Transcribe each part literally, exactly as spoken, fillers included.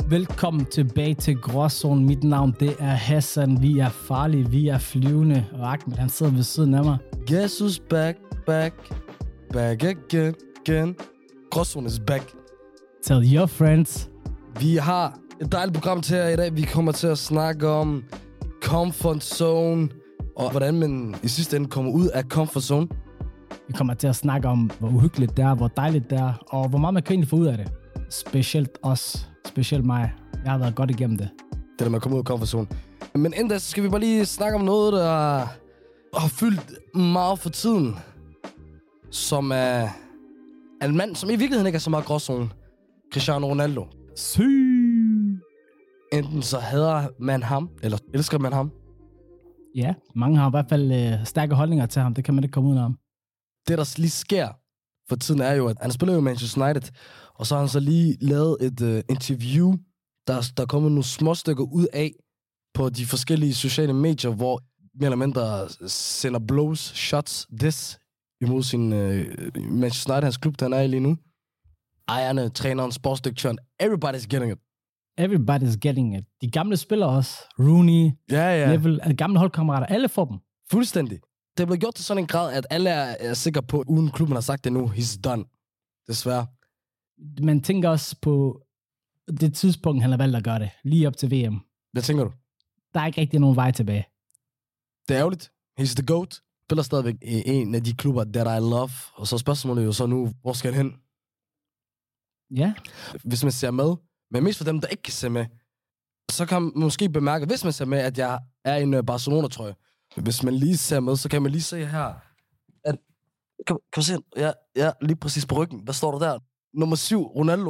Velkommen tilbage til Gråzonen. Mit navn, det er Hassan. Vi er farlige, vi er flyvende. Og Ahmed, han sidder ved siden af mig. Guess who's back, back, back again, again. Gråzonen is back. Tell your friends. Vi har et dejligt program til jer i dag. Vi kommer til at snakke om comfort zone, og hvordan man i sidste ende kommer ud af comfort zone. Vi kommer til at snakke om, hvor uhyggeligt det er, hvor dejligt det er, og hvor meget man kan egentlig få ud af det. Specielt os, specielt mig. Jeg har været godt igennem det. Det der med at komme ud af comfort zone. Men inden da, så skal vi bare lige snakke om noget, der har fyldt meget for tiden. Som er en mand, som i virkeligheden ikke er så meget gråzone. Cristiano Ronaldo. Syg! Enten så hader man ham, eller elsker man ham. Ja, mange har i hvert fald øh, stærke holdninger til ham. Det kan man ikke komme ud af. Det, der lige sker for tiden, er jo, at han spiller jo Manchester United, og så har han så lige lavet et uh, interview, der, der kommer nogle småstykker ud af på de forskellige sociale medier, hvor mere eller mindre sender blows, shots, this imod sin uh, Manchester United, hans klub, der han er i lige nu. Ejerne, træneren, sportsdirektøren, everybody's getting it. Everybody's getting it. De gamle spillere også. Rooney, ja, ja. Neville, gamle holdkammerater, alle får dem. Fuldstændig. Det er blevet gjort til sådan en grad, at alle er, er sikre på, uden klubben har sagt det nu, he's done. Desværre. Man tænker også på det tidspunkt, han har valgt at gøre det. Lige op til V M. Hvad tænker du? Der er ikke rigtig nogen vej tilbage. Det er ærgerligt. He's the GOAT. Spiller stadigvæk i en af de klubber, that I love. Og så spørgsmålet jo så nu, hvor skal han hen? Ja. Hvis man ser med, men mest for dem, der ikke kan se med, så kan man måske bemærke, hvis man ser med, at jeg er i en Barcelona-trøje. Hvis man lige ser med, så kan man lige se her, at, kan, kan man se, ja, ja, lige præcis på ryggen. Hvad står der der? Nummer syv, Ronaldo.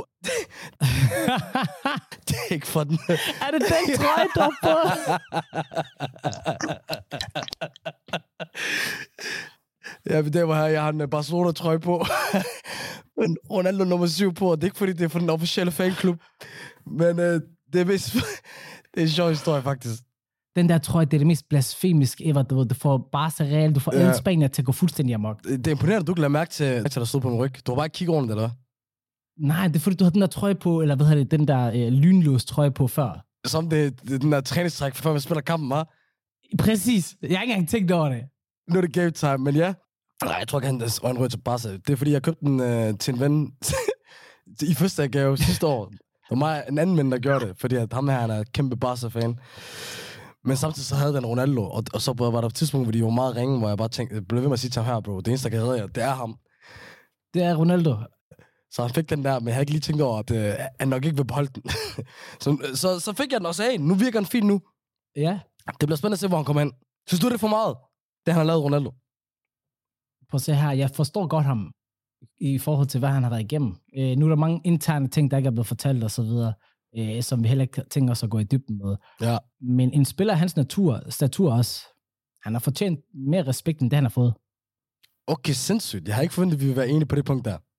Det er ikke for den. Er det den trøje, der på? Ja, det var her, jeg har en Barcelona-trøje på. Men Ronaldo nummer syv på, og det er ikke fordi, det er for den officielle fanklub. Men øh, det er mest, det er en sjov historie, faktisk. Den der trøje, det er det mest blasfemiske ever, du ved. Du får Barca Real, du får ja. alle Spanier til at gå fuldstændig amok. Det er imponerende, at du ikke lader mærke til, at der stod på en ryg. Du har bare ikke kigget ordentligt, eller hvad? Nej, det er fordi, du har den der trøje på, eller hvad hedder det, den der øh, lynlås trøje på før. Som det, det den der træningstræk, før man spiller kampen, var. Præcis. Jeg har ikke engang tænkt over det. Nu er det game time, men ja. Nej, jeg tror ikke, han er en rød til Barca. Det er fordi, jeg købte den øh, til en ven i første gave sidste år. Det var mig en anden ven, der gjorde det, fordi at ham her, han er kæmpe Barca-fan. Men samtidig så havde den Ronaldo, og, og så var der et tidspunkt, hvor de var meget ringe, hvor jeg bare tænkte, blev ved med at sige til ham her, bro, det eneste, der kan redde jer, det er ham. Det er Ronaldo. Så han fik den der, men jeg havde ikke lige tænkt over, at øh, han nok ikke vil beholde den. så, så, så fik jeg den også af. Nu virker den fint nu. Ja. Det bliver spændende at se, hvor han kommer hen. Synes du, det er for meget, det han har lavet, Ronaldo? Prøv at se her, jeg forstår godt ham i forhold til, hvad han har været igennem. Øh, nu er der mange interne ting, der ikke er blevet fortalt og så videre, øh, som vi heller ikke tænker os at gå i dybden med. Ja. Men en spiller af hans natur, statur også, han har fortjent mere respekt, end det han har fået. Okay, sindssygt. Jeg har ikke forventet, at vi vil være enige på det punkt der.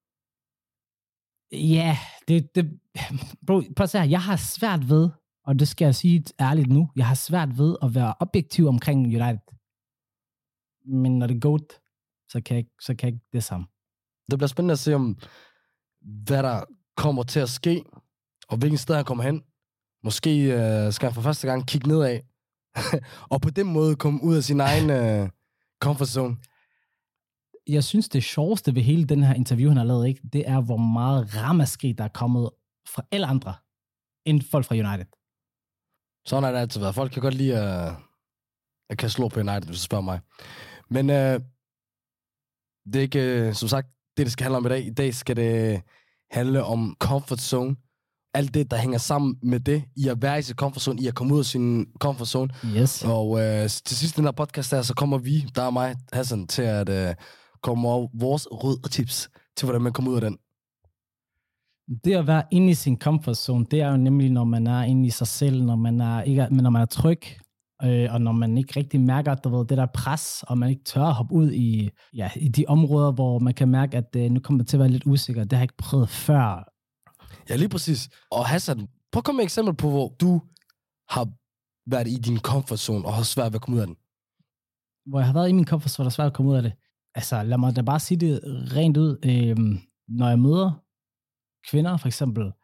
Ja, det... det bro, prøv at se her, jeg har svært ved, og det skal jeg sige ærligt nu, jeg har svært ved at være objektiv omkring United. Men når det er GOAT, så kan jeg ikke, så kan jeg ikke det samme. Det bliver spændende at se, om hvad der kommer til at ske, og hvilken sted han kommer hen. Måske øh, skal han for første gang kigge nedad, og på den måde komme ud af sin egen øh, comfort zone. Jeg synes, det sjoveste ved hele den her interview, han har lavet, ikke, det er, hvor meget ramaskrig, der er kommet fra alle andre, end folk fra United. Sådan har det altid været. Folk kan godt lide at, at kan slå på United, hvis du spørger mig. Men øh, det er ikke, øh, som sagt, det, det skal handle om i dag. I dag skal det handle om comfort zone. Alt det, der hænger sammen med det, i at være i sin comfort zone, i at komme ud af sin comfort zone. Yes. Og øh, til sidst i den her podcast her, så kommer vi, der er mig, Hassan, til at øh, komme over vores råd og tips til, hvordan man kommer ud af den. Det at være inde i sin comfort zone, det er jo nemlig, når man er inde i sig selv, når man er, ikke, når man er tryg, øh, og når man ikke rigtig mærker, at der ved, det der pres, og man ikke tør at hoppe ud i, ja, i de områder, hvor man kan mærke, at øh, nu kommer man til at være lidt usikker. Det har jeg ikke prøvet før. Ja, lige præcis. Og Hassan, prøv at komme med et eksempel på, hvor du har været i din comfort zone, og har svært ved at komme ud af den. Hvor jeg har været i min comfort zone, og svært at komme ud af det. Altså, lad mig da bare sige det rent ud. Øh, når jeg møder kvinder, for eksempel,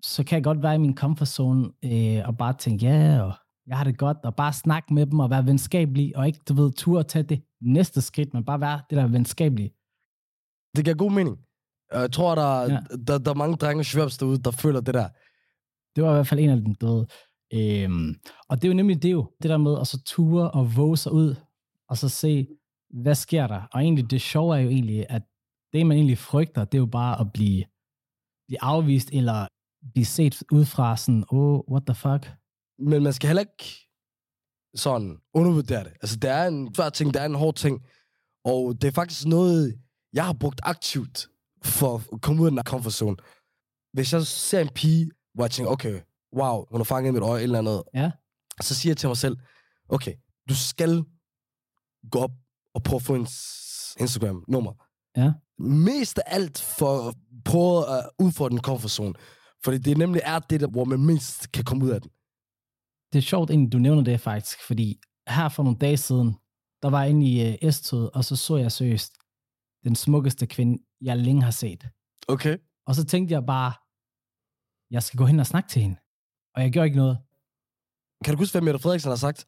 så kan jeg godt være i min comfort zone, øh, og bare tænke, ja, og jeg har det godt, og bare snakke med dem, og være venskabelig, og ikke, du ved, turde at tage det næste skridt, men bare være det der venskabelige. Det giver god mening. Jeg tror, der, Ja. der, der er mange drenge og sværps derude, der føler det der. Det var i hvert fald en af dem, du ved. Øhm, og det er jo nemlig det jo, det der med at så ture og våge sig ud, og så se, hvad sker der? Og egentlig, det sjove er jo egentlig, at det, man egentlig frygter, det er jo bare at blive, blive afvist, eller blive set ud fra sådan, oh, what the fuck? Men man skal heller ikke sådan undervurdere det. Altså, det er en svær ting, det er en hård ting. Og det er faktisk noget, jeg har brugt aktivt for at komme ud af den comfort zone. Hvis jeg ser en pige, hvor jeg tænker, okay, wow, hun har fanget i mit øje, eller andet, Ja. så siger jeg til mig selv, okay, du skal gå op og prøve at få en Instagram-nummer. Ja. Mest af alt for at prøve at udfordre den comfort zone. Fordi det nemlig er det, der, hvor man mest kan komme ud af den. Det er sjovt, egentlig, du nævner det faktisk, fordi her for nogle dage siden, der var jeg inde i uh, S-toget, og så så jeg seriøst den smukkeste kvinde, jeg længe har set. Okay. Og så tænkte jeg bare, jeg skal gå hen og snakke til hende. Og jeg gjorde ikke noget. Kan du huske, hvad Mette Frederiksen har sagt?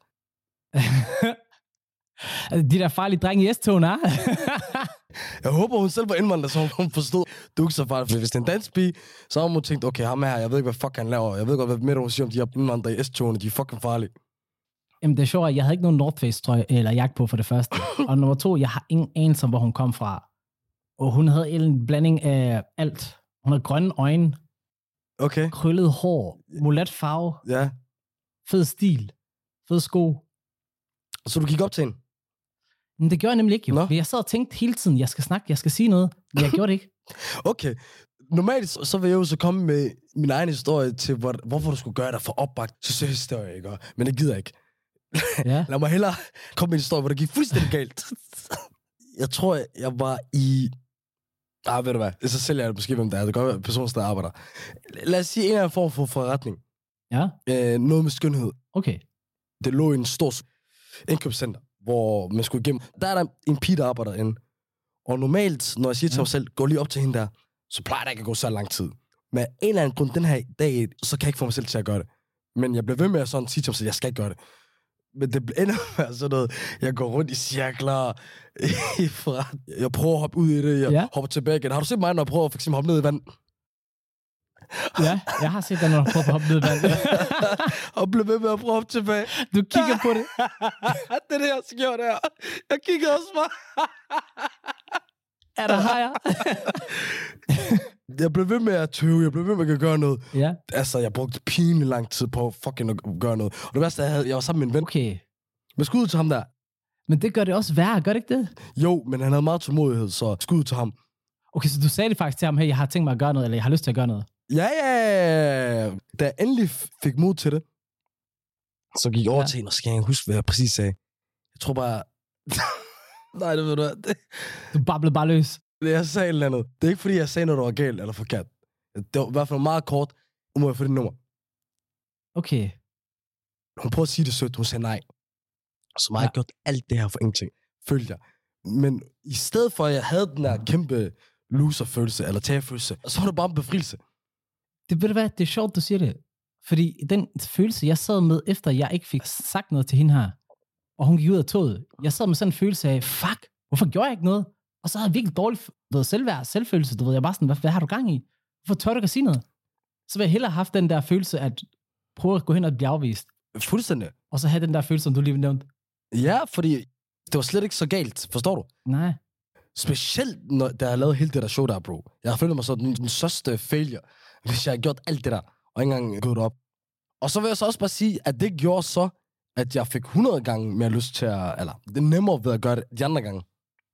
De der farlige drenge i S-togen, er. Jeg håber, hun selv var indvandrer, så hun forstod, du er ikke så farligt. For hvis det er en dansk pige, så har hun tænkt, okay, ham her, jeg ved ikke, hvad fuck han laver. Jeg ved godt, hvad Mette hun siger om de her indvandrere i S-togene, de er fucking farlige. Jamen, det er sjovt, at jeg havde ikke nogen North Face-trøje eller jakke på for det første. Og nummer to, jeg har ingen anelse om, hvor hun kom fra. Og hun havde en blanding af alt. Hun havde grønne øjne, Okay. krøllet hår, mulat farve, Ja. fed stil, fed sko. Så du gik op til hende? Men det gjorde jeg nemlig ikke, jo. Nå. For jeg sad og tænkte hele tiden, jeg skal snakke, jeg skal sige noget. Men jeg gjorde det ikke. Okay. Normalt så så vil jeg jo så komme med min egen historie til, hvor, hvorfor du skulle gøre dig for opbagt succeshistorie, ikke? Men det gider jeg ikke. Ja. Lad mig hellere komme med en historie, hvor det gik fuldstændig galt. Jeg tror, jeg var i... Ah, ved du hvad? Så sælger jeg måske, hvem det er. Det kan godt være personen, der arbejder. Lad os sige en eller anden form for forretning. Ja, Øh, noget med skønhed. okay. Det lå i en stor indkøbscenter, hvor man skulle igennem. Der er der en pige, der arbejder inde. Og normalt, når jeg siger til Ja. mig selv, gå lige op til hende der, så plejer det ikke at gå så lang tid. Men af en eller anden grund, den her dag, så kan jeg ikke få mig selv til at gøre det. Men jeg bliver ved med at sådan sige til mig selv, jeg skal ikke gøre det. Men det ender med sådan noget, jeg går rundt i cirkler, jeg prøver at hoppe ud i det, jeg Ja. hopper tilbage igen. Har du set mig, når jeg prøver at for eksempel hoppe ned i vand? Ja, jeg har set dig, når du prøver at hoppe ned i vand. Og bliver ved med at prøve at hoppe tilbage. Du kigger på det. Det er det, jeg skal gøre der. Jeg kigger også bare. Er der hajer? Jeg blev ved med at tøve, jeg blev ved med at gøre noget. Ja, Altså, jeg brugte pinlig lang tid på fucking at gøre noget. Og det værste, jeg, havde, jeg var sammen med en ven. okay. Men skud til ham der. Men det gør det også værre, gør det ikke det? Jo, men han havde meget tålmodighed, så skud til ham. Okay, så du sagde det faktisk til ham, hey, jeg har tænkt mig at gøre noget, eller jeg har lyst til at gøre noget. Ja, ja. Da jeg endelig fik mod til det, så gik jeg over Ja. til hende, og så kan jeg huske, hvad jeg præcis sagde. Jeg tror bare... Nej, det ved du hvad. Det, Du bablede bare løs. det, jeg sagde et eller andet. Det er ikke, fordi jeg sagde noget, der var galt eller forkert. Det var i hvert fald meget kort. Nu må jeg få dit nummer. Okay. Hun prøvede at sige det sødt, hun sagde nej. Så har jeg Ja. gjort alt det her for ingenting, følte jeg. Men i stedet for, at jeg havde den her kæmpe loser-følelse, eller tagefølelse, så var det bare en befrielse. Det ved du hvad, det er sjovt, du siger det. Fordi den følelse, jeg sad med, efter jeg ikke fik sagt noget til hende her, og hun gik ud af toget, jeg sad med sådan en følelse af, fuck, hvorfor gjorde jeg ikke noget? Og så havde jeg virkelig dårlig ved selvværd, selvfølelse, du ved, jeg var sådan, hvad, hvad har du gang i? Hvorfor tør du ikke at sige noget? Så ville jeg hellere have haft den der følelse, at prøve at gå hen og blive afvist, Fuldstændig. og så have den der følelse, som du lige nævnte. Ja, fordi det var slet ikke så galt, forstår du? Nej. Specielt, når da jeg lavede hele det der show der, bro. Jeg har følt mig så den, den største failure, hvis jeg har gjort alt det der, og ikke engang gået op. Og så vil jeg så også bare sige, at det gjorde så, at jeg fik hundrede gange mere lyst til at, eller det er nemmere ved at gøre det de andre gange.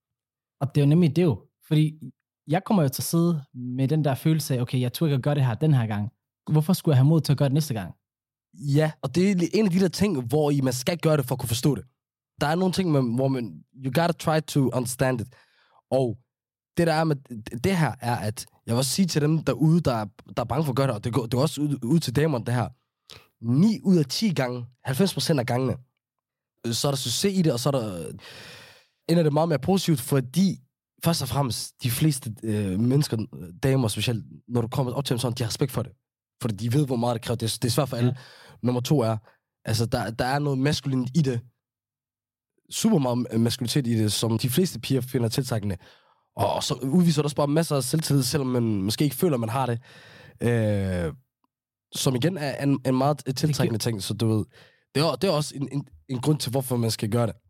Og det er jo nemlig det jo. Fordi jeg kommer jo til at sidde med den der følelse af, okay, jeg turde ikke at gøre det her den her gang. Hvorfor skulle jeg have mod til at gøre det næste gang? Ja, og det er en af de der ting, hvor I man skal gøre det for at kunne forstå det. Der er nogle ting, man, hvor man, you gotta try to understand it. Og det der er med det her, er, at jeg vil også sige til dem derude, der er, der er bange for at gøre det, og det går, det går også ud, ud til damerne, det her. ni ud af ti gange, halvfems procent af gangene, så er der succes i det, og så er der ender det meget mere positivt, fordi først og fremmest, de fleste øh, mennesker, damer specielt, når du kommer op til dem sådan, de har respekt for det. fordi de ved, hvor meget det kræver. Det er, det er svært for alle. Ja. Nummer to er, altså, der, der er noget maskulint i det. Super meget maskulinitet i det, som de fleste piger finder tiltrækkende. Og, og så udviser der også bare masser af selvtillid, selvom man måske ikke føler, man har det. Øh, som igen er en, en meget tiltrækkende ting, så du ved, det er, det er også en, en, en grund til, hvorfor man skal gøre det.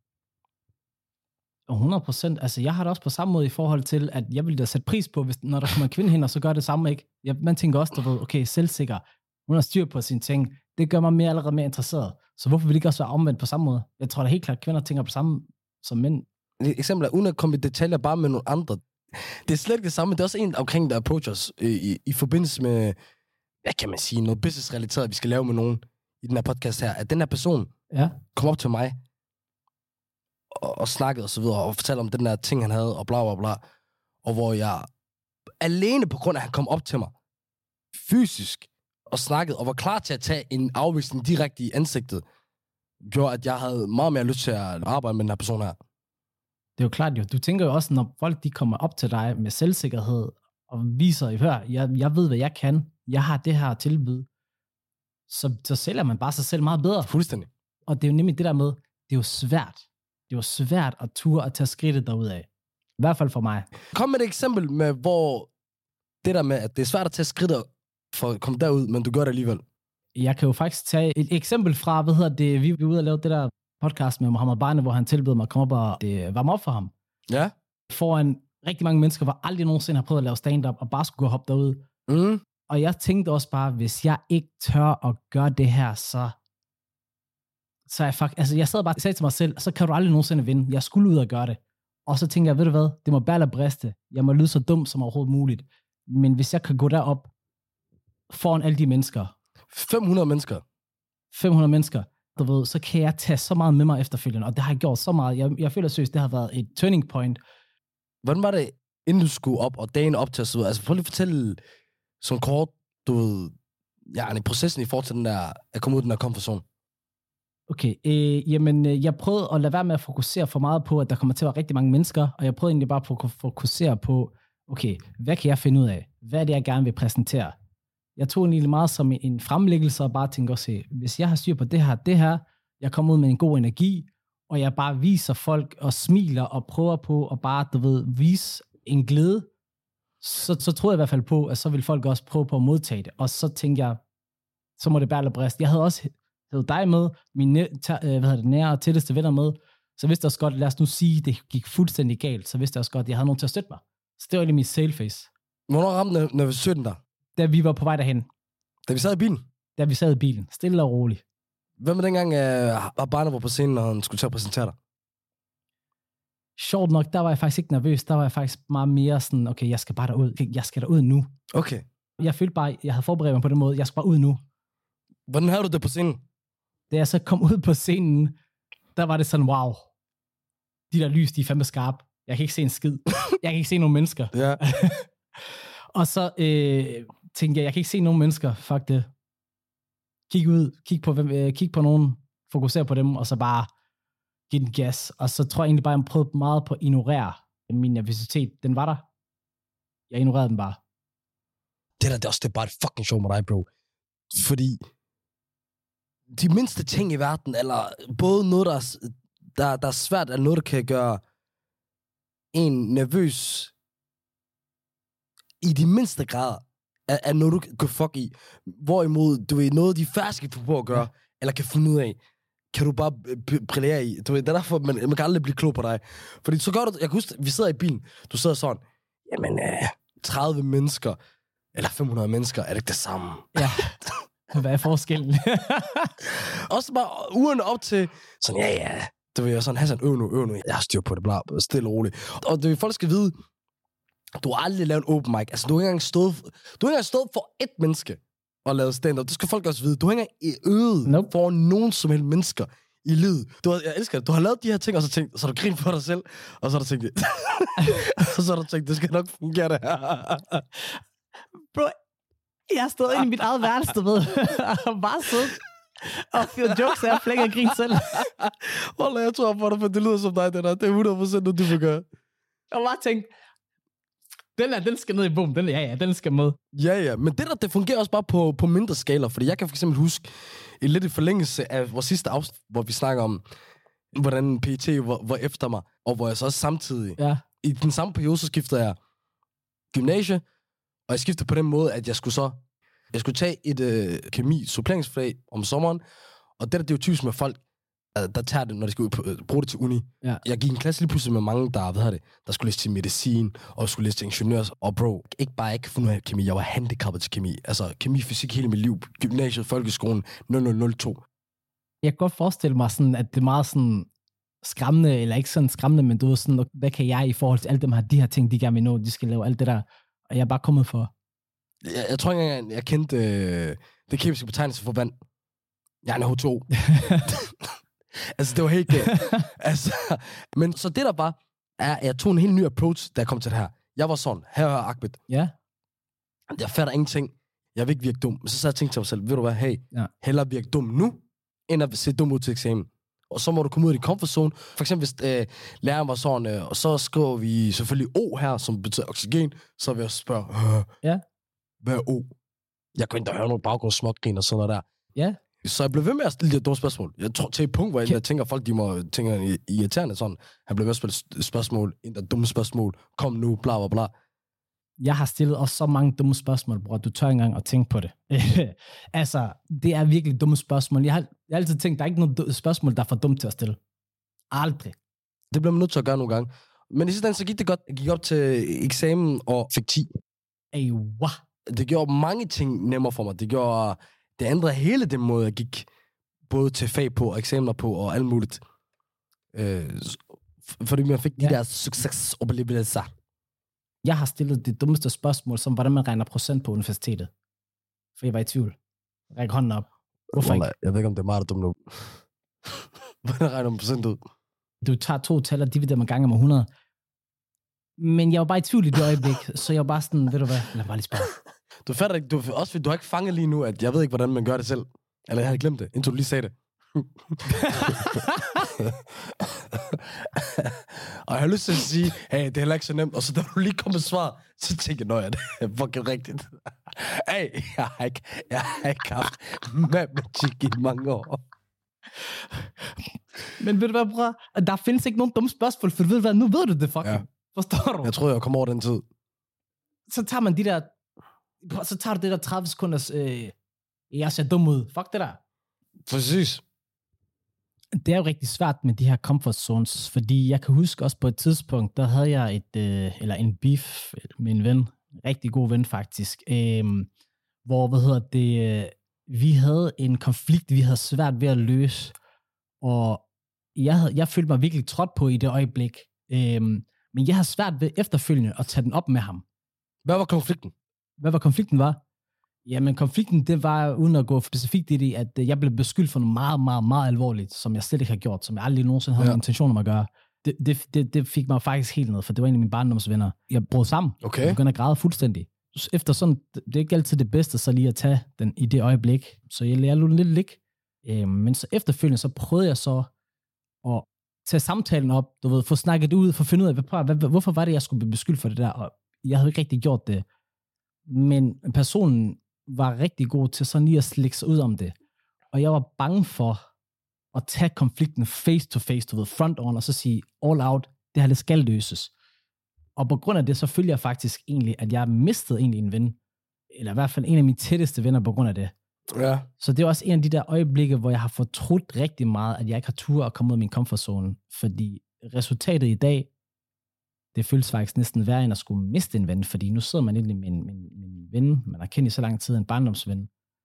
hundrede procent. Altså, jeg har det også på samme måde i forhold til, at jeg vil da sætte pris på, hvis, når der kommer en kvinde hen, og så gør det samme, ikke? Jeg, man tænker også, du ved, okay, selvsikker, hun har styr på sine ting, det gør mig mere allerede mere interesseret. Så hvorfor vil det ikke også være omvendt på samme måde? Jeg tror da helt klart, at kvinder tænker på samme som mænd. Et eksempel er, uden at komme i detaljer bare med nogle andre. Det er slet ikke det samme, det er også en omkring, der approaches i, i, i forbindelse med, hvad kan man sige, noget business-relateret, vi skal lave med nogen i den her podcast her, at den her person ja. kom op til mig, og, og snakkede og så videre, og fortalte om den der ting, han havde, og bla bla bla, og hvor jeg alene på grund af, at han kom op til mig, fysisk, og snakkede, og var klar til at tage en afvisning direkte i ansigtet, gjorde, at jeg havde meget mere lyst til at arbejde med den her person her. Det er jo klart jo. Du tænker jo også, når folk de kommer op til dig med selvsikkerhed, og viser, hør, jeg, jeg ved, hvad jeg kan, jeg har det her tilbud, så, så sælger man bare sig selv meget bedre. Fuldstændig. Og det er jo nemlig det der med, det er jo svært. Det er jo svært at ture og tage skridtet derudad. I hvert fald for mig. Kom med et eksempel med, hvor det der med, at det er svært at tage skridtet for at komme derud, men du gør det alligevel. Jeg kan jo faktisk tage et eksempel fra, hvad hedder det, vi var ude og lave det der podcast med Mohammed Barne, hvor han tilbød mig at komme op og det varme op for ham. Ja. Foran rigtig mange mennesker, hvor aldrig nogensinde har prøvet at lave stand-up, og bare skulle gå og hoppe derud. Mm. Og jeg tænkte også bare, hvis jeg ikke tør at gøre det her, så... Så jeg faktisk... Altså, jeg sad bare og sagde til mig selv, så kan du aldrig nogensinde vinde. Jeg skulle ud og gøre det. Og så tænkte jeg, ved du hvad, det må bære eller briste. Jeg må lyde så dum som overhovedet muligt. Men hvis jeg kan gå derop foran alle de mennesker... fem hundrede mennesker. fem hundrede mennesker, du ved, så kan jeg tage så meget med mig efterfølgende. Og det har jeg gjort så meget. Jeg, jeg føler seriøst, det har været et turning point. Hvordan var det, inden du skulle op, og dagen op til at sidde? Altså, prøv lige at fortælle som kort, du ved, ja, i processen i forhold til den der, at komme ud af den der komfortzone. Okay, øh, jamen, øh, jeg prøvede at lade være med at fokusere for meget på, at der kommer til at være rigtig mange mennesker, og jeg prøvede egentlig bare på at fokusere på, okay, hvad kan jeg finde ud af? Hvad er det, jeg gerne vil præsentere? Jeg tog egentlig meget som en fremlæggelse, og bare tænkte også, hvis jeg har styr på det her, det her, jeg kommer ud med en god energi, og jeg bare viser folk og smiler og prøver på at bare, du ved, vise en glæde, så, så tror jeg i hvert fald på, at så vil folk også prøve på at modtage det. Og så tænkte jeg, så må det bære eller briste. Jeg havde også havde dig med, mine hvad hedder det, nære og tætteste venner med, så vidste jeg også godt, lad os nu sige, det gik fuldstændig galt, så vidste jeg også godt, at jeg havde nogen til at støtte mig. Så det var egentlig min sailface. Hvornår ramte nervøsiteten der? Da vi var på vej derhen. Da vi sad i bilen? Da vi sad i bilen. Stille og roligt. Hvad med dengang, uh, Barne var på scenen, og han skulle til at præsentere dig? Sjovt nok, der var jeg faktisk ikke nervøs. Der var jeg faktisk meget mere sådan, okay, jeg skal bare derud. Jeg skal derud nu. Okay. Jeg følte bare, jeg havde forberedt mig på den måde. Jeg skal bare ud nu. Hvordan havde du det på scenen? Da jeg så kom ud på scenen, der var det sådan, wow. De der lys, de er fandme skarpe. Jeg kan ikke se en skid. Jeg kan ikke se nogen mennesker. Ja. Og så øh, tænkte jeg, jeg kan ikke se nogen mennesker. Fuck det. Kig ud, kig på, øh, kig på nogen, fokusere på dem, og så bare give den gas. Og så tror jeg egentlig bare, jeg prøvede meget på at ignorere min nervøsitet. Den var der. Jeg ignorerede den bare. Det der, det er også det er bare et fucking show med dig, bro. Fordi de mindste ting i verden, eller både noget, der er, der, der er svært, eller noget, der kan gøre en nervøs i de mindste grader, er, er noget, du kan fuck i. Hvorimod, du ved, noget, de færdige kan få på at gøre, ja. Eller kan finde ud af, kan du bare brillere i. Du ved, det er derfor, man, man kan aldrig blive klog på dig. Fordi så gør du, jeg kan huske, vi sidder i bilen, du sidder sådan, jamen, øh, tredive mennesker, eller fem hundrede mennesker, er det ikke det samme? Ja. Hvad er forskellen? Også bare ugerne op til, sådan, ja, ja, du ved, sådan, Hassan, øv nu, øv nu, jeg har styr på det, bla, stille og roligt. Og det, folk skal vide, du har aldrig lavet en open mic. Altså, du har ikke engang stået, du har ikke engang stået for et menneske og lavet stand-up. Det skal folk også vide. Du har ikke engang øvet nope. for nogen som helst mennesker i livet. Du har, jeg elsker det. Du har lavet de her ting, og så tænkt, så har du grint for dig selv, og så har du tænkt, og så har du tænkt, det skal nok fungere det her. Bro, jeg har stået inde i mit eget værelse, du ved, og bare siddet og fyret jokes af, flækker og grint selv. Wallah, jeg tror på dig, for det lyder som dig, det der. Det er hundrede procent noget, du vil gøre. Jeg bare tænkt, Den er, den skal ned i boom. Den, ja, ja, den skal med. Ja, ja. Men det der, det fungerer også bare på, på mindre skaler. Fordi jeg kan for eksempel huske, i lidt i forlængelse af vores sidste afsnit, hvor vi snakker om, hvordan P E T var, var efter mig, og hvor jeg så også samtidig, ja. i den samme periode, så skiftede jeg gymnasie, og jeg skiftede på den måde, at jeg skulle så, jeg skulle tage et øh, kemi-suppleringsfag om sommeren, og det der, det er jo typisk med folk, der tager det, når de skal ud på, øh, bruge det til uni. Ja. Jeg gik i en klasse lige pludselig med mange, der, hvad det, der skulle læse til medicin, og skulle læse til ingeniør, og bro, ikke bare ikke fundet ud af kemi, jeg var handicappet til kemi. Altså, kemi, fysik hele mit liv, gymnasiet, folkeskolen, nul nul nul to. Jeg kan godt forestille mig sådan, at det er meget sådan skræmmende, eller ikke sådan skræmmende, men du ved sådan, hvad kan jeg i forhold til alle dem her, de her ting, de gerne vil nå, de skal lave alt det der, og jeg er bare kommet for. Jeg, jeg tror ikke engang, jeg kendte øh, det kemiske betegnelse for vand. Jeg er en H to O. Altså, det var helt galt. Altså, men så det der var, er, at jeg tog en helt ny approach, da jeg kom til det her. Jeg var sådan, her er Ahmed. Ja. Jeg fatter ingenting. Jeg vil ikke virke dum. Men så sad jeg og tænkte til mig selv, ved du hvad, hey, ja. hellere virke dum nu, end at se dum ud til eksamen. Og så må du komme ud af din comfort zone. For eksempel, hvis øh, læreren var sådan, øh, og så skriver vi selvfølgelig O her, som betyder oxygen, så vil jeg spørge, øh, ja. hvad er O? Jeg kan ikke høre nogle baggrundssmågrin og sådan noget der. Ja. Så jeg blev ved med at stille de dumme spørgsmål. Jeg tror til et punkt, hvor jeg, jeg tænker, folk de må tænke irriterende sådan. Han blev ved at spille spørgsmål, en der dumme spørgsmål, kom nu, bla bla bla. Jeg har stillet også så mange dumme spørgsmål, bror. Du tør ikke engang at tænke på det. Altså, det er virkelig dumme spørgsmål. Jeg har, jeg har altid tænkt, der er ikke noget spørgsmål, der er for dumt til at stille. Aldrig. Det blev man nødt til at gøre nogle gange. Men i sidste ende, så gik det godt. Jeg gik op til eksamen og fik ti. Ey, wow. Det gjorde mange ting nemmere for mig. Det gjorde... Det ændrede hele den måde, jeg gik både til fag på, og eksamener på, og alt muligt. Øh, fordi jeg fik de ja. der succesoplevelser. Jeg har stillet det dummeste spørgsmål, som hvordan man regner procent på universitetet. For jeg var i tvivl. Ræk hånden op. Hvorfor ikke? Jeg ved ikke, om det er meget dumt nu. Hvordan regner man procent ud? Du tager to tal og dividerer med gange med hundrede. Men jeg var bare i tvivl i det øjeblik, så jeg var bare sådan, ved du hvad, lad mig bare lige spørge. Du fatter ikke, du, også fordi du har ikke fanget lige nu, at jeg ved ikke, hvordan man gør det selv. Eller jeg havde glemt det, indtil du lige sagde det. Og jeg har lyst til at sige, hey, det er heller ikke så nemt. Og så da du lige kom med svar, så tænkte jeg, nå ja, det er fucking rigtigt. Hey, jeg har ikke, jeg har ikke haft matematik i mange år. Men ved du hvad, bror? Der findes ikke nogen dumme spørgsmål, for ved du hvad, nu ved du det fucking. Ja. Forstår du? Jeg troede, jeg kom over den tid. Så tager man de der, så tager du det der tredive sekunders, øh, jeg ser dum ud. Fuck det der. Præcis. Det er jo rigtig svært med de her comfort zones, fordi jeg kan huske også på et tidspunkt, der havde jeg et, øh, eller en beef med en ven, en rigtig god ven faktisk, øh, hvor, hvad hedder det, øh, vi havde en konflikt, vi havde svært ved at løse, og jeg, havde, jeg følte mig virkelig trådt på i det øjeblik, øh, men jeg havde svært ved efterfølgende at tage den op med ham. Hvad var konflikten? Hvad var konflikten var? Jamen, konflikten, det var, uden at gå specifikt i det, at jeg blev beskyldt for noget meget, meget, meget alvorligt, som jeg slet ikke har gjort, som jeg aldrig nogensinde havde ja. intention om at gøre. Det, det, det, det fik mig faktisk helt ned, for det var en af mine barndomsvenner. Jeg brød sammen. Okay. Jeg begyndte at græde fuldstændig. Efter sådan, det er ikke altid det bedste, så lige at tage den i det øjeblik. Så jeg lærte den lidt ligge. Øhm, men så efterfølgende, så prøvede jeg så at tage samtalen op, du ved, få snakket ud, få finde ud af, hvad, hvad, hvorfor var det, jeg skulle blive beskyldt for det der, og jeg havde ikke rigtig gjort det. Men personen var rigtig god til sådan lige at slikke sig ud om det. Og jeg var bange for at tage konflikten face to face, du ved, front on, og så sige all out, det her, det skal løses. Og på grund af det, så følger jeg faktisk egentlig, at jeg mistede egentlig en ven, eller i hvert fald en af mine tætteste venner på grund af det. Ja. Så det er også en af de der øjeblikke, hvor jeg har fortrudt rigtig meget, at jeg ikke har tur at komme ud af min comfort zone, fordi resultatet i dag, det føles faktisk næsten værre, end at skulle miste en ven, fordi nu sidder man egentlig med en, med en, med en ven, man har kendt i så lang tid, en barndomsven,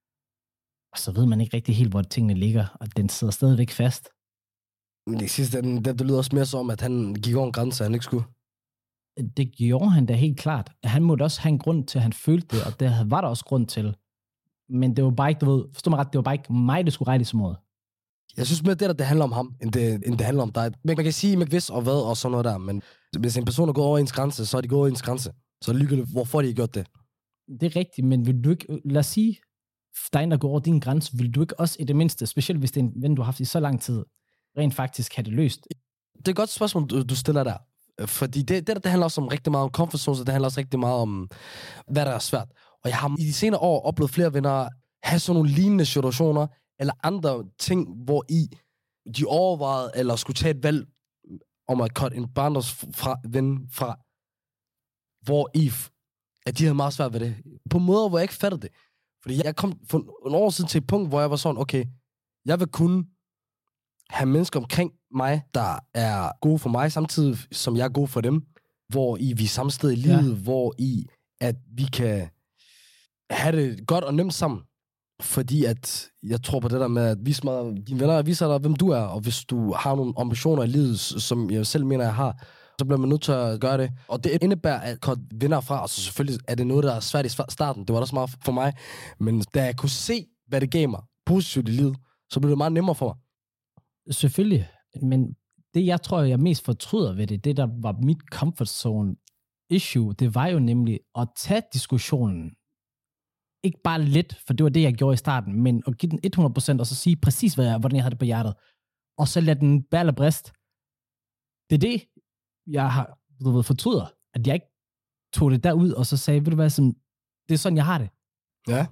og så ved man ikke rigtig helt, hvor tingene ligger, og den sidder stadigvæk fast. Men det sidste, det, det lyder også mere som, at han gik over en grænse, han ikke skulle. Det gjorde han da helt klart. Han måtte også have en grund til, at han følte det, og det var der også grund til. Men det var bare ikke, du ved, forstår mig ret, det var bare ikke mig, der skulle rette i så måde. Jeg synes mere, det der, det handler om ham, end det, end det handler om dig. Man kan sige, man vidste og hvad og sådan noget der, men hvis en person er gået over ens grænse, så er de gået over ens grænse. Så er det ligegyldigt, hvorfor de har gjort det. Det er rigtigt, men vil du ikke, lad os sige, dig, der går over din grænse, vil du ikke også i det mindste, specielt hvis det er en ven, du har haft i så lang tid, rent faktisk have det løst? Det er et godt spørgsmål, du, du stiller der. Fordi det, det, det handler også om rigtig meget om comfort zone, så det handler også rigtig meget om, hvad der er svært. Og jeg har i de senere år oplevet flere venner have sådan nogle lignende situationer, eller andre ting, hvor i de overvejede, eller skulle tage et valg om at cut en barndoms fra, ven fra, hvor i, at de havde meget svært ved det. På måder, hvor jeg ikke fattede det. Fordi jeg kom for en år siden til et punkt, hvor jeg var sådan, okay, jeg vil kunne have mennesker omkring mig, der er gode for mig, samtidig som jeg er god for dem, hvor i vi er samme sted i livet, ja. Hvor i, at vi kan have det godt og nemt sammen. Fordi at jeg tror på det der med at vise mig, dine venner viser dig, hvem du er, og hvis du har nogle ambitioner i livet, som jeg selv mener, jeg har, så bliver man nødt til at gøre det. Og det indebærer at cut venner fra, og så selvfølgelig er det noget, der er svært i starten. Det var også meget for mig. Men da jeg kunne se, hvad det gav mig positivt i livet, så blev det meget nemmere for mig. Selvfølgelig, men det jeg tror, jeg mest fortryder ved det, det der var mit comfort zone issue, det var jo nemlig at tage diskussionen, ikke bare lidt, for det var det, jeg gjorde i starten, men at give den hundrede procent, og så sige præcis, hvad jeg, hvordan jeg havde det på hjertet, og så lade den bære eller brist. Det er det, jeg har du ved, fortryder, at jeg ikke tog det derud, og så sagde, ved du hvad, sådan, det er sådan, jeg har det. Ja.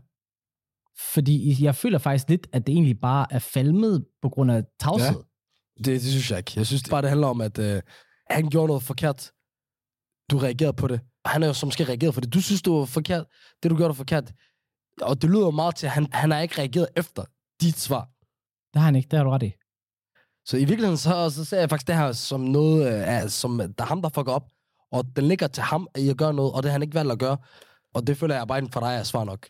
Fordi jeg føler faktisk lidt, at det egentlig bare er falmet på grund af tavshed. Ja. Det, det synes jeg ikke. Jeg synes det bare, det handler om, at øh, han gjorde noget forkert. Du reagerede på det. Han er jo som måske reageret for det. Du synes, det var forkert. Det, du gjorde, var forkert. Og det lyder meget til, at han, han har ikke reageret efter dit svar. Det har han ikke. Det har du ret i. Så i virkeligheden, så, så ser jeg faktisk det her som noget, øh, som der er ham, der fucker op. Og den ligger til ham, at jeg gør noget, og det har han ikke valgt at gøre. Og det føler jeg bare for dig er svar nok.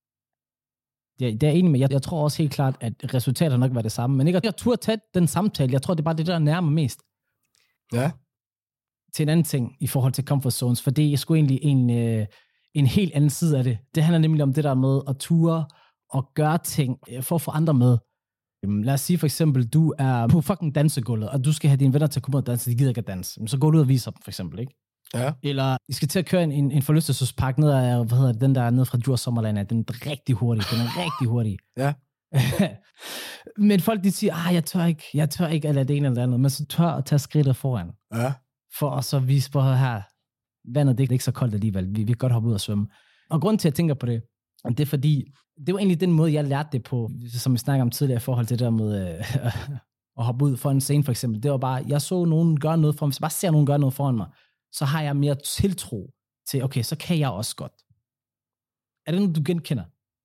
Ja, det er jeg enig med. Jeg, jeg tror også helt klart, at resultatet nok var det samme. Men ikke at jeg turde tage den samtale. Jeg tror, det er bare det, der nærmer mest. Ja. Til en anden ting i forhold til comfort zones. For det er sgu egentlig en, øh, en helt anden side af det. Det handler nemlig om det der med at ture og gøre ting for at få andre med. Lad os sige for eksempel, du er på fucking dansegulvet, og du skal have dine venner til at komme ud og danse, de gider ikke at danse. Så går du ud og viser dem, for eksempel, ikke? Ja. Eller I skal til at køre en, en, en forlystelsespark ned af, hvad hedder det, den der ned fra Djurs Sommerland, den er rigtig hurtig, den er rigtig hurtig. Ja. Men folk, de siger, ah, jeg tør ikke, jeg tør ikke, eller det ene eller det andet, men så tør at tage skridtet foran. Ja. For at så vise på her, vandet det er ikke så koldt alligevel, vi, vi kan godt hoppe ud og svømme. Og grunden til, at jeg tænker på det, det er fordi, det var egentlig den måde, jeg lærte det på, som vi snakker om tidligere i forhold til det der med øh, at hoppe ud for en scene for eksempel. Det var bare, jeg så nogen gøre noget for mig, hvis jeg bare ser nogen gøre noget foran mig, så har jeg mere tiltro til, okay, så kan jeg også godt. Er det noget, du genkender?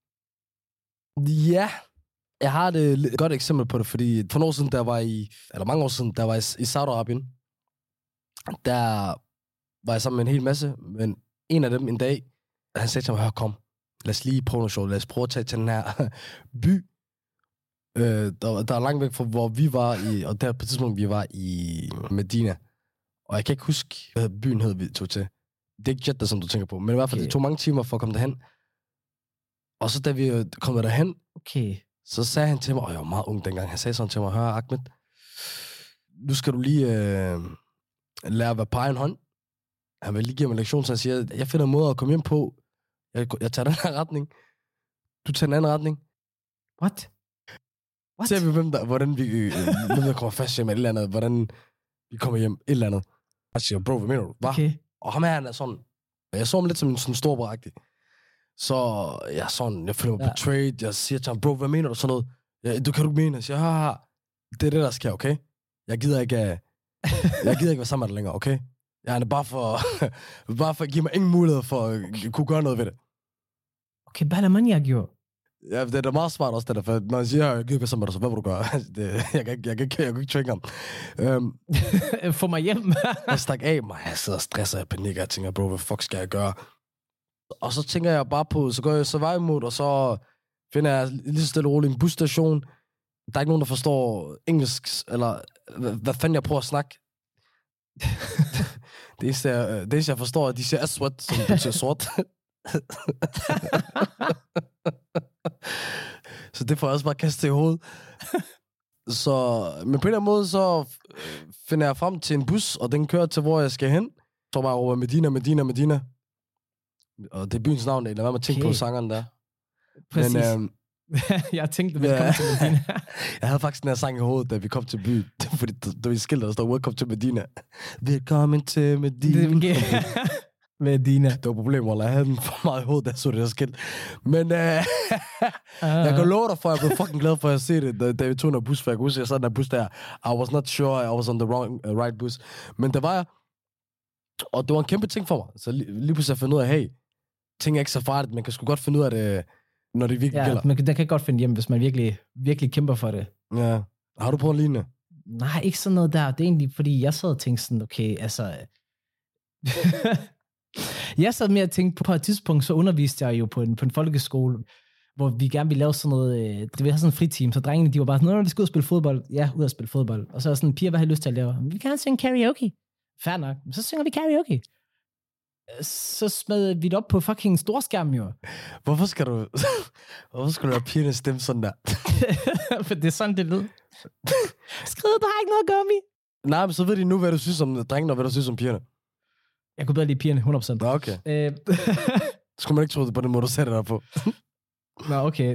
Ja, jeg har et godt eksempel på det, fordi for nogle år siden, der var i, eller mange år siden, der var i, i Saudi-Arabien, der var jeg sammen med en hel masse, men en af dem en dag, han sagde til mig, hør, kom, lad os lige prøve noget sjovt, lad os prøve at tage til den her by, øh, der, der er langt væk fra, hvor vi var i, og der på et tidspunkt, vi var i Medina. Og jeg kan ikke huske, hvad byen hed, vi tog til. Det er ikke Jeddah, som du tænker på. Men i hvert fald, okay. Det tog mange timer for at komme derhen. Og så da vi kom derhen, okay. Så sagde han til mig, og jeg var meget ung dengang, han sagde sådan til mig, hør Ahmed, nu skal du lige øh, lære at være på egen hånd. Han vil lige give mig en lektion, så han siger, jeg finder en måde at komme hjem på. Jeg, jeg tager den her retning. Du tager den anden retning. What? What? Ser vi, hvem der, hvordan vi, øh, hvem der kommer fast hjem med et eller andet, hvordan vi kommer hjem, et eller andet. Jeg siger, bro, hvad mener du? Hva? Okay. Og ham her, han er sådan, jeg så ham lidt som en sådan storbragtig. Så jeg sådan, jeg føler mig ja. betrayed, jeg siger til ham, bro, hvad mener du sådan noget? Ja, du kan du ikke mene, jeg siger, haha, det er det, der sker, okay? Jeg gider ikke, jeg gider ikke være sammen med dig længere, okay? Jeg er bare for, bare for at give mig ingen mulighed for at kunne gøre noget ved det. Okay, hvad er det, man jeg gjorde? Ja, det er da meget smart også, det der, for når han siger, jeg gider ikke være sammen med dig, så hvad vil du gøre? Det, jeg kan ikke, jeg kan ikke, jeg kan ikke trigge ham. Um, Få mig hjem. jeg stak af mig, jeg sidder og stresser, jeg panikker, jeg tænker, bro, hvad fuck skal jeg gøre? Og så tænker jeg bare på, så går jeg så vej imod, og så finder jeg lige så stille og roligt en busstation. Der er ikke nogen, der forstår engelsk, eller hvad, hvad fanden jeg prøver at snakke. det eneste, jeg, det eneste, jeg forstår, er, at de siger aswat, som betyder sort. Så det får jeg også bare kastet i hovedet. Så, men på en eller anden måde, så finder jeg frem til en bus, og den kører til, hvor jeg skal hen. Så bare over Medina, Medina, Medina. Og det er byens navn, eller hvad man tænker okay. på sangeren der. Præcis. Men, øh, Jeg tænkte, velkommen til Medina. Jeg havde faktisk den her sang i hovedet, da vi kom til byen. Fordi da vi skilte, der står, welcome til Medina. Velkommen til Medina. Medina. Det var problemet, eller jeg havde den for meget i hovedet, da jeg så det der skilt. Men uh, uh. jeg kan love dig for, at jeg blev fucking glad for at se det, da, da vi tog en bus, for jeg kunne huske, jeg sad den der bus der. I was not sure I was on the wrong, uh, right bus. Men det var jeg. Og det var en kæmpe ting for mig. Så lige, lige pludselig fandt ud af, hey, ting er ikke så farligt, man kan sgu godt finde ud af det, når det virkelig ja, gælder. Man kan, den kan godt finde hjem, hvis man virkelig, virkelig kæmper for det. Ja. Har du prøvet en lignende? Nej, ikke sådan noget der. Det er egentlig, fordi jeg sad og tænkte sådan, okay, altså... jeg sad med at tænke på, på et tidspunkt, så underviste jeg jo på en, på en folkeskole, hvor vi gerne ville lave sådan noget, øh, det ville have sådan en friteam, så drengene, de var bare sådan, når vi skal ud og spille fodbold. Ja, ud og spille fodbold. Og så er sådan, piger, hvad har I lyst til at lave? Vi kan synge karaoke. Fair nok. Så synger vi karaoke. Så smed vi det op på fucking storskærmen, jo. Hvorfor skal du... Hvorfor skal du have pigernes stemme sådan der? For det er sådan, det lød. Skrid, der har ikke noget gummi. Nej, men så ved de nu, hvad du synes om drengene, og hvad du synes om pigerne. Jeg kunne bedre lide pigerne, hundrede procent. Nå, okay. Øh... Skulle man ikke tro det på den måde, du sætter dig på? Nå, okay.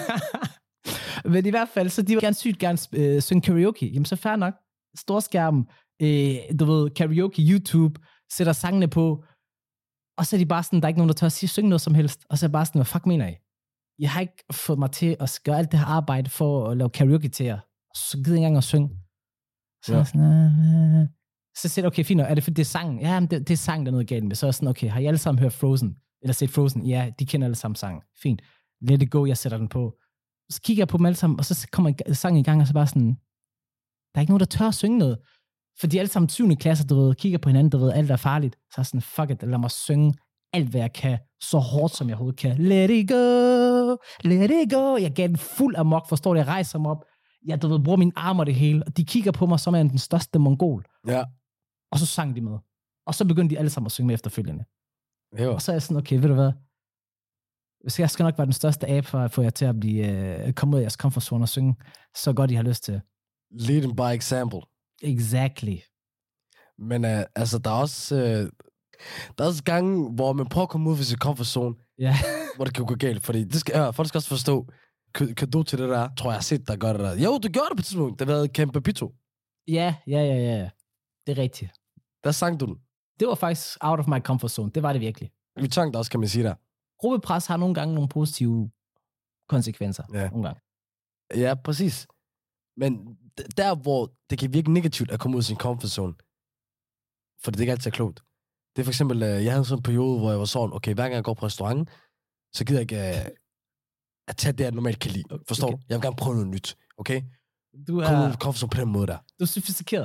Men i hvert fald, så de vil gerne sygt gerne øh, synge karaoke. Jamen, så fair nok. Storskærmen, øh, du ved, karaoke, YouTube, sætter sangene på, og så er de bare sådan, der er ikke nogen, der tør at sige, synge noget som helst. Og så er jeg bare sådan, hvad fuck mener I? Jeg har ikke fået mig til at gøre alt det her arbejde for at lave karaoke til jer. Så gider jeg ikke engang at synge. Så, ja. sådan, øh, så siger jeg, okay, fint, er det fordi det er sangen? Ja, men det, det er sangen, der er noget galt med. Så er jeg sådan, okay, har I alle sammen hørt Frozen? Eller set Frozen? Ja, de kender alle sammen sangen. Fint. Let it go, jeg sætter den på. Så kigger jeg på dem alle sammen, og så kommer sangen i gang, og så bare sådan, der er ikke nogen, der tør at synge noget. For de alle sammen syvende klasser, du ved, kigger på hinanden, du ved, alt er farligt. Så er sådan, fuck it, lad mig synge alt, hvad jeg kan, så hårdt, som jeg overhovedet kan. Let it go, let it go. Jeg gav den fuld amok, forstår det, jeg rejser mig op. Jeg, du ved, bruger mine arme og det hele, og de kigger på mig, som er den største mongol. Ja. Og så sang de med. Og så begyndte de alle sammen at synge med efterfølgende. Jo. Og så er jeg sådan, okay, ved du hvad? Hvis jeg skal nok være den største abe for at få jer til at blive, uh, komme ud af jeres comfort zone og synge så godt, I har lyst til. Leading by example. Exactly. Men uh, altså, der er også uh, der er også gange, hvor man prøver at komme ud af sin comfort zone, yeah. hvor det kan gå galt. Fordi det skal, ja, folk skal også forstå, kan, kan du til det der, tror jeg, jeg har set dig gøre det der. Jo, du gjorde det på et tidspunkt. Det har været Kæmpe Pito. Ja, ja, ja, ja. Det er rigtigt. Der sang du den. Det var faktisk out of my comfort zone. Det var det virkelig. Vi tvang dig også, kan man sige der. Gruppepres har nogle gange nogle positive konsekvenser. Ja. Nogle gange. Ja, præcis. Men der, hvor det kan virke negativt at komme ud af sin comfort zone, for det er ikke altid klogt. Det er for eksempel, jeg havde sådan en periode, hvor jeg var sådan, okay, hver gang jeg går på restaurant, så gider jeg ikke uh, at tage det, jeg normalt kan lide. Forstår okay. du? Jeg vil gerne prøve noget nyt, okay? Du er... Kom ud af comfort zone på den måde der. Du er sofistikeret.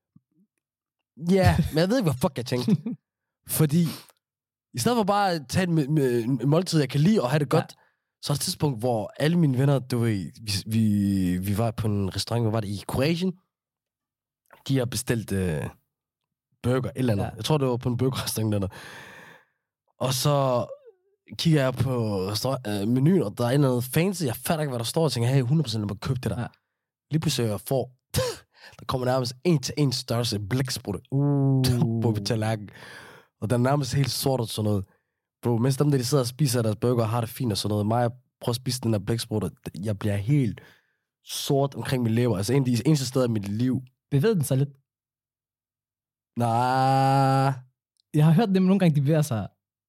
Ja, yeah, men jeg ved ikke, hvad fuck jeg tænkte. Fordi, i stedet for bare at tage en, en måltid, jeg kan lide og have det godt, ja. Så er der et tidspunkt, hvor alle mine venner, du ved, vi, vi, vi var på en restaurant, hvor var det i Kroatien. De har bestilt øh, burger, et eller andet. Ja. Jeg tror, det var på en burgerrestaurant eller. Og så kigger jeg på øh, menuen, og der er noget fancy. Jeg fatter ikke, hvad der står, og tænker, hey, hundrede procent lad mig købe det der. Ja. Lige pludselig jeg får, der kommer nærmest en til en størrelse blæksprutte uh. på tallerkenen. Og den er nærmest helt sort og sådan noget. Bro, mens dem der, de sidder og spiser deres burger og har det fint og sådan noget, mig prøver at spise den der blæksprutte, jeg bliver helt sort omkring min lever. Altså en af de eneste steder i mit liv. Bevæger den sig lidt? Nej. Jeg har hørt dem nogle gange, de bevæger sig.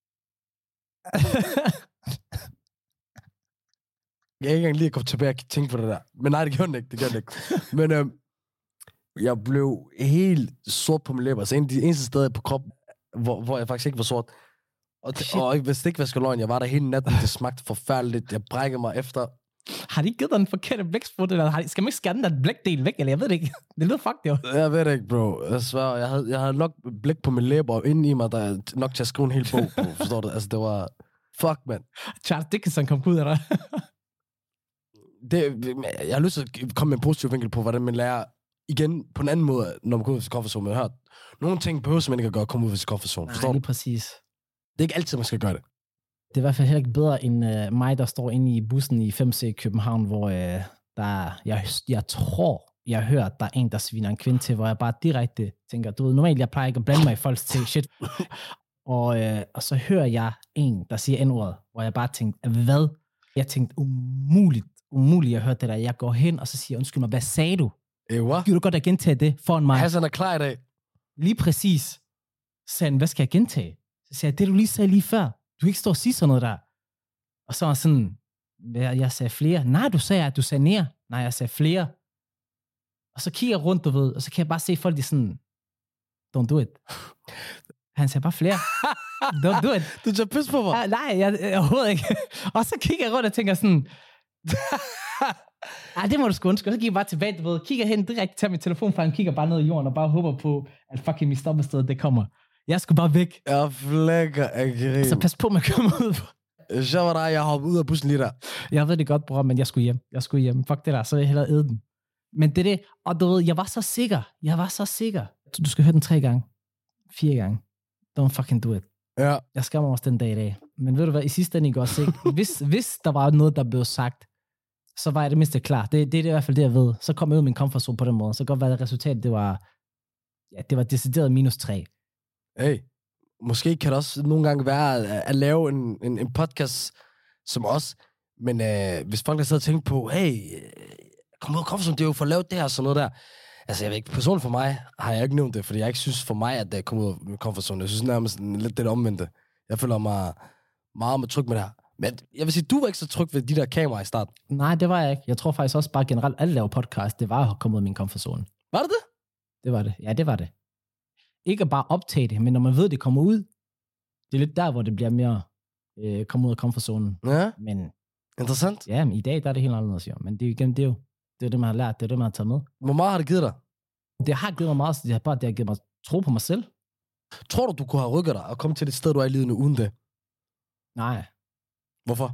Jeg er ikke engang lige at komme tilbage og tænke på det der. Men nej, det gjorde den ikke. Det gjorde den ikke. Men øhm, jeg blev helt sort på min læber. Altså en af de eneste steder på kroppen, hvor, hvor jeg faktisk ikke var sort. Og, og hvis det ikke var løgn, jeg var der hele natten. Det smagte forfærdeligt. Jeg brækkede mig efter. Har de ikke givet dig en forkerte blæksprut? Eller har de, skal man ikke skære den der blækdel væk? Eller jeg ved det ikke. Det lyder fuck, jo. Jeg ved det ikke, bro. Jeg svær, jeg havde, jeg havde nok blæk på min læber, og inde i mig, der er nok til at skrive en hel bog, bro. Forstår du? Altså, det var... Fuck, man. Charles Dickinson kom ud af dig. det, jeg har lyst til at komme med en positiv vinkel på, hvordan man lærer igen på en anden måde, når man går ud af sin comfort zone. Jeg har hørt, nogle ting behøver man ikke at gøre, komme ud af sin comfort zone. Forstår Nej, lige du? præcis. Det er ikke altid, man skal gøre det. Det er i hvert fald heller ikke bedre end uh, mig, der står inde i bussen i fem C i København, hvor uh, der, jeg, jeg tror, jeg har hørt, der er en, der sviner en kvinde til, hvor jeg bare direkte tænker, du ved, normalt, jeg plejer ikke at blande mig i folks ting, shit. og, uh, og så hører jeg en, der siger N-ordet, hvor jeg bare tænker, hvad? Jeg tænkte, umuligt, umuligt, jeg hørte det der. Jeg går hen, og så siger jeg, undskyld mig, hvad sagde du? Eh, hvad? Giver du godt at gentage det foran mig? Hassan er klar i dag. Lige præcis. Så sagde han, hvad skal jeg gentage? Så sagde jeg, det du lige sagde lige før. Du kan ikke stå og sige sådan noget der. Og så var sådan, jeg sagde flere. Nej, du sagde, at du sagde mere. Nej, jeg sagde flere. Og så kigger jeg rundt, du ved, og så kan jeg bare se folk, de sådan, don't do it. Han sagde bare flere. Don't do it. Du tager pis på mig. Ja, nej, jeg, jeg overhovedet ikke. Og så kigger jeg rundt og tænker sådan, ej, det må du sgu undskylde. Så gik jeg bare tilbage, du ved, kigger hen direkte, tager min telefon fra ham, kigger bare ned i jorden og bare håber på, at fucking mit stoppested, det kommer. Jeg skulle bare væk. Jeg flækker af grin. Så pas på, man kommer ud. Så var der, jeg hoppede ud af bussen lige der. Jeg ved det godt, bror, men jeg skulle hjem. Jeg skulle hjem. Fuck det der, så vil jeg hellere æde den. Men det er det, og du ved, jeg var så sikker. Jeg var så sikker. Du skal høre den tre gange. Fire gange. Don't fucking do it. Ja. Jeg skammer også den dag i dag. Men ved du hvad, i sidste ende, I går sikkert. Hvis, hvis der var noget, der blev sagt, så var jeg det mindste klar. Det, det er i hvert fald det, jeg ved. Så kom jeg ud af min comfort zone på den måde. Så godt være, at resultatet, det var, ja, det var decideret minus tre. Hey, måske kan det også nogle gange være at, at lave en, en, en podcast som os. Men øh, hvis folk der sidder og tænker på, hey, kom ud af comfort zone, det er jo for at lave det her og sådan noget der. Altså, jeg ved ikke, personligt for mig har jeg ikke nævnt det, fordi jeg ikke synes for mig, at det er kommet ud af comfort zone. Jeg synes nærmest lidt det omvendte. Jeg føler mig meget med tryg med det her. Men jeg vil sige, du var ikke så tryg ved de der kameraer i starten. Nej, det var jeg ikke. Jeg tror faktisk også bare generelt, alle laver podcast, det var at komme ud af min comfort zone. Var det det? Det var det. Ja, det var det. Ikke at bare optage det, men når man ved, det kommer ud, det er lidt der, hvor det bliver mere øh, komme ud af comfort zone. Ja, Men interessant. ja, men i dag der er det helt anderledes, jo. Men det er jo igen, det er jo det, er det, man har lært, det er det, man har taget med. Hvor meget har det givet dig? Det har givet mig meget, det har bare det har givet mig tro på mig selv. Tror du, du kunne have rykket dig og komme til det sted, du er i livet nu, uden det? Nej, Hvorfor?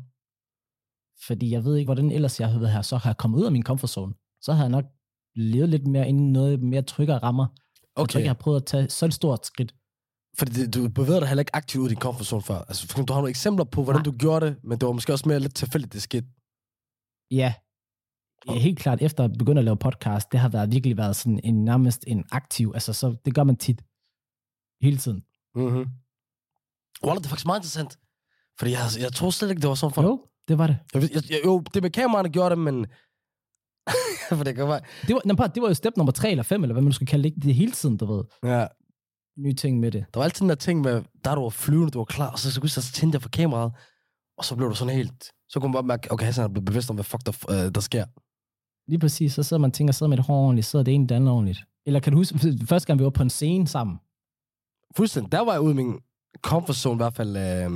fordi jeg ved ikke, hvordan ellers jeg havde her, så har jeg kommet ud af min comfort zone. Så har jeg nok levet lidt mere inden noget mere tryggere rammer. Jeg tror ikke, jeg har prøvet at tage så et stort skridt. Fordi det, du bevæger dig heller ikke aktivt ud i din comfort zone før. Altså, for eksempel, du har nogle eksempler på, hvordan Nej. du gjorde det, men det var måske også mere lidt tilfældigt, det skete. Ja. Ja, helt klart, efter at begynde at lave podcast, det har været, virkelig været sådan en nærmest en aktiv, altså så, det gør man tit. Hele tiden. Mhm. Wallah, det er faktisk meget interessant. Fordi jeg, jeg tror slet ikke, det var sådan for... Jo, det var det. Jeg, jeg, jeg, jo, det med kameraerne gjorde det, men... for det kan være... Det var, nej, det var jo step nummer tre eller fem, eller hvad man skulle kalde det, det hele tiden, du ved. Ja. Nye ting med det. Der var altid den der ting med, der du var flyvende, du var klar, og så, så, så, så tændte jeg for kameraet, og så blev du sådan helt... Så kunne man bare mærke, okay, Hassan er blevet bevidst om, hvad fuck der, øh, der sker. Lige præcis, så sidder man og tænker, sidder med det hår ordentligt, sidder det ene det andet ordentligt. Eller kan du huske, første gang vi var på en scene sammen? Fuldstændig. Der var jeg ude i min comfort zone i hvert fald øh,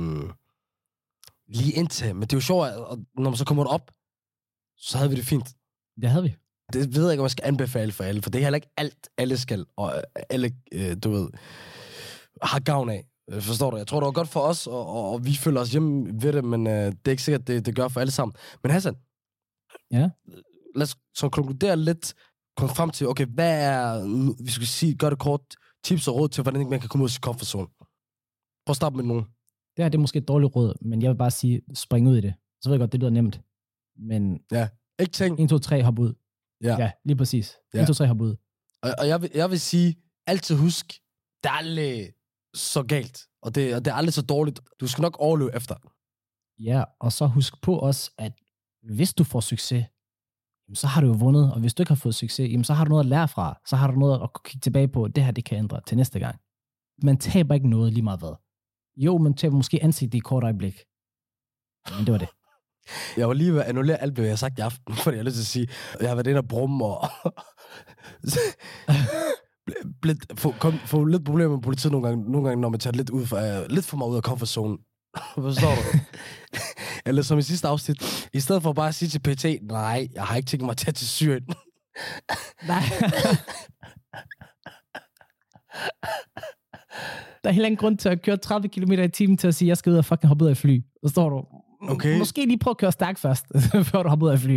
lige indtil. Men det er jo sjovt, at når man så kommer op, så havde vi det fint. Det havde vi. Det ved jeg ikke, om jeg skal anbefale for alle, for det er heller ikke alt, alle skal, og alle, øh, du ved, har gavn af. Forstår du? Jeg tror, det var godt for os, og, og, og vi føler os hjemme ved det, men øh, det er ikke sikkert, det, det gør for alle sammen. Men Hassan, ja. Lad os så konkludere lidt, komme frem til, okay, hvad er, vi skal sige, gør det kort, tips og råd til, hvordan man kan komme ud af sin comfort zone. Prøv at starte med nogen. Det her det er måske et dårligt råd, men jeg vil bare sige, spring ud i det. Så ved jeg godt, det lyder nemt. Men ja, ikke tænk. en, to, tre, hop ud. Ja, ja lige præcis. Ja. en, to, tre, hop ud. Og, og jeg, vil, jeg vil sige, altid husk, det er aldrig så galt, og det, og det er aldrig så dårligt. Du skal nok overleve efter. Ja, og så husk på også, at hvis du får succes, så har du jo vundet, og hvis du ikke har fået succes, jamen, så har du noget at lære fra. Så har du noget at kigge tilbage på, det her, det kan ændre til næste gang. Man taber ikke noget lige meget hvad. Jo, man taber måske ansigt i et kort øjeblik. Men det var det. Jeg var lige ved at annullere alt, hvad jeg har sagt i aften, fordi jeg har lyst til at sige, jeg har været inde og brumme og... lidt, få, kom, få lidt problemer med politiet nogle gange, nogle gange når man tager lidt, ud for, uh, lidt for meget ud af comfort zone. Forstår du? Eller som i sidste afsnit, i stedet for bare at sige til P T, nej, jeg har ikke tænkt mig at tage til Syrien. Nej. Der er heller ingen grund til at køre tredive kilometer i timen til at sige, at jeg skal ud og fucking hoppe ud af fly. Forstår du? Okay. Måske lige prøve at køre stærkt først, før du hopper ud af fly.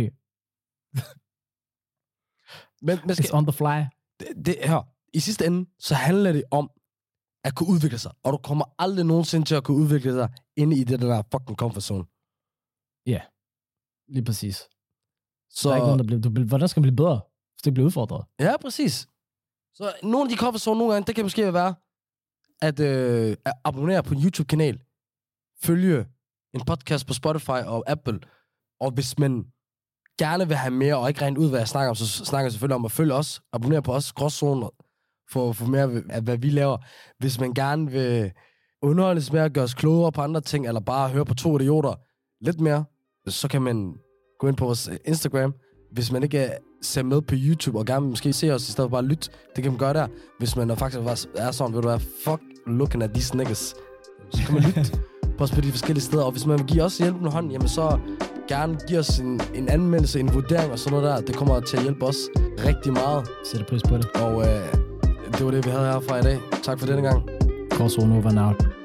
Men, men skal, It's on the fly. Det, det her, i sidste ende, så handler det om at kunne udvikle sig. Og du kommer aldrig nogensinde til at kunne udvikle sig inde i det der fucking comfort zone. Ja, yeah. Lige præcis. Så... Der er ikke nogen, der bliver... Du, hvordan skal man blive bedre, hvis det bliver udfordret? Ja, præcis. Så nogle af de comfort zone nogle gange, det kan måske være at, øh, at abonnere på en YouTube-kanal, følge en podcast på Spotify og Apple, Og hvis man gerne vil have mere, og ikke rent ud, hvad jeg snakker om, så snakker jeg selvfølgelig om at følge os, abonnere på os, Gråzoner, for at få mere af, hvad vi laver. Hvis man gerne vil underholdes med at gøre os klogere på andre ting, eller bare høre på to idioter lidt mere, så kan man gå ind på vores Instagram. Hvis man ikke ser med på YouTube, og gerne måske se os, i stedet for bare lytte, det kan man gøre der. Hvis man faktisk er sådan, vil du være, fuck looking at these niggas, så kan man lytte på os på de forskellige steder. Og hvis man vil give os hjælp med hånden, jamen så gerne give os en, en anmeldelse, en vurdering og sådan noget der. Det kommer til at hjælpe os rigtig meget. Sætter pris på det. Og øh, det var det, vi havde herfra i dag. Tak for denne gang. Gråzoner over and out.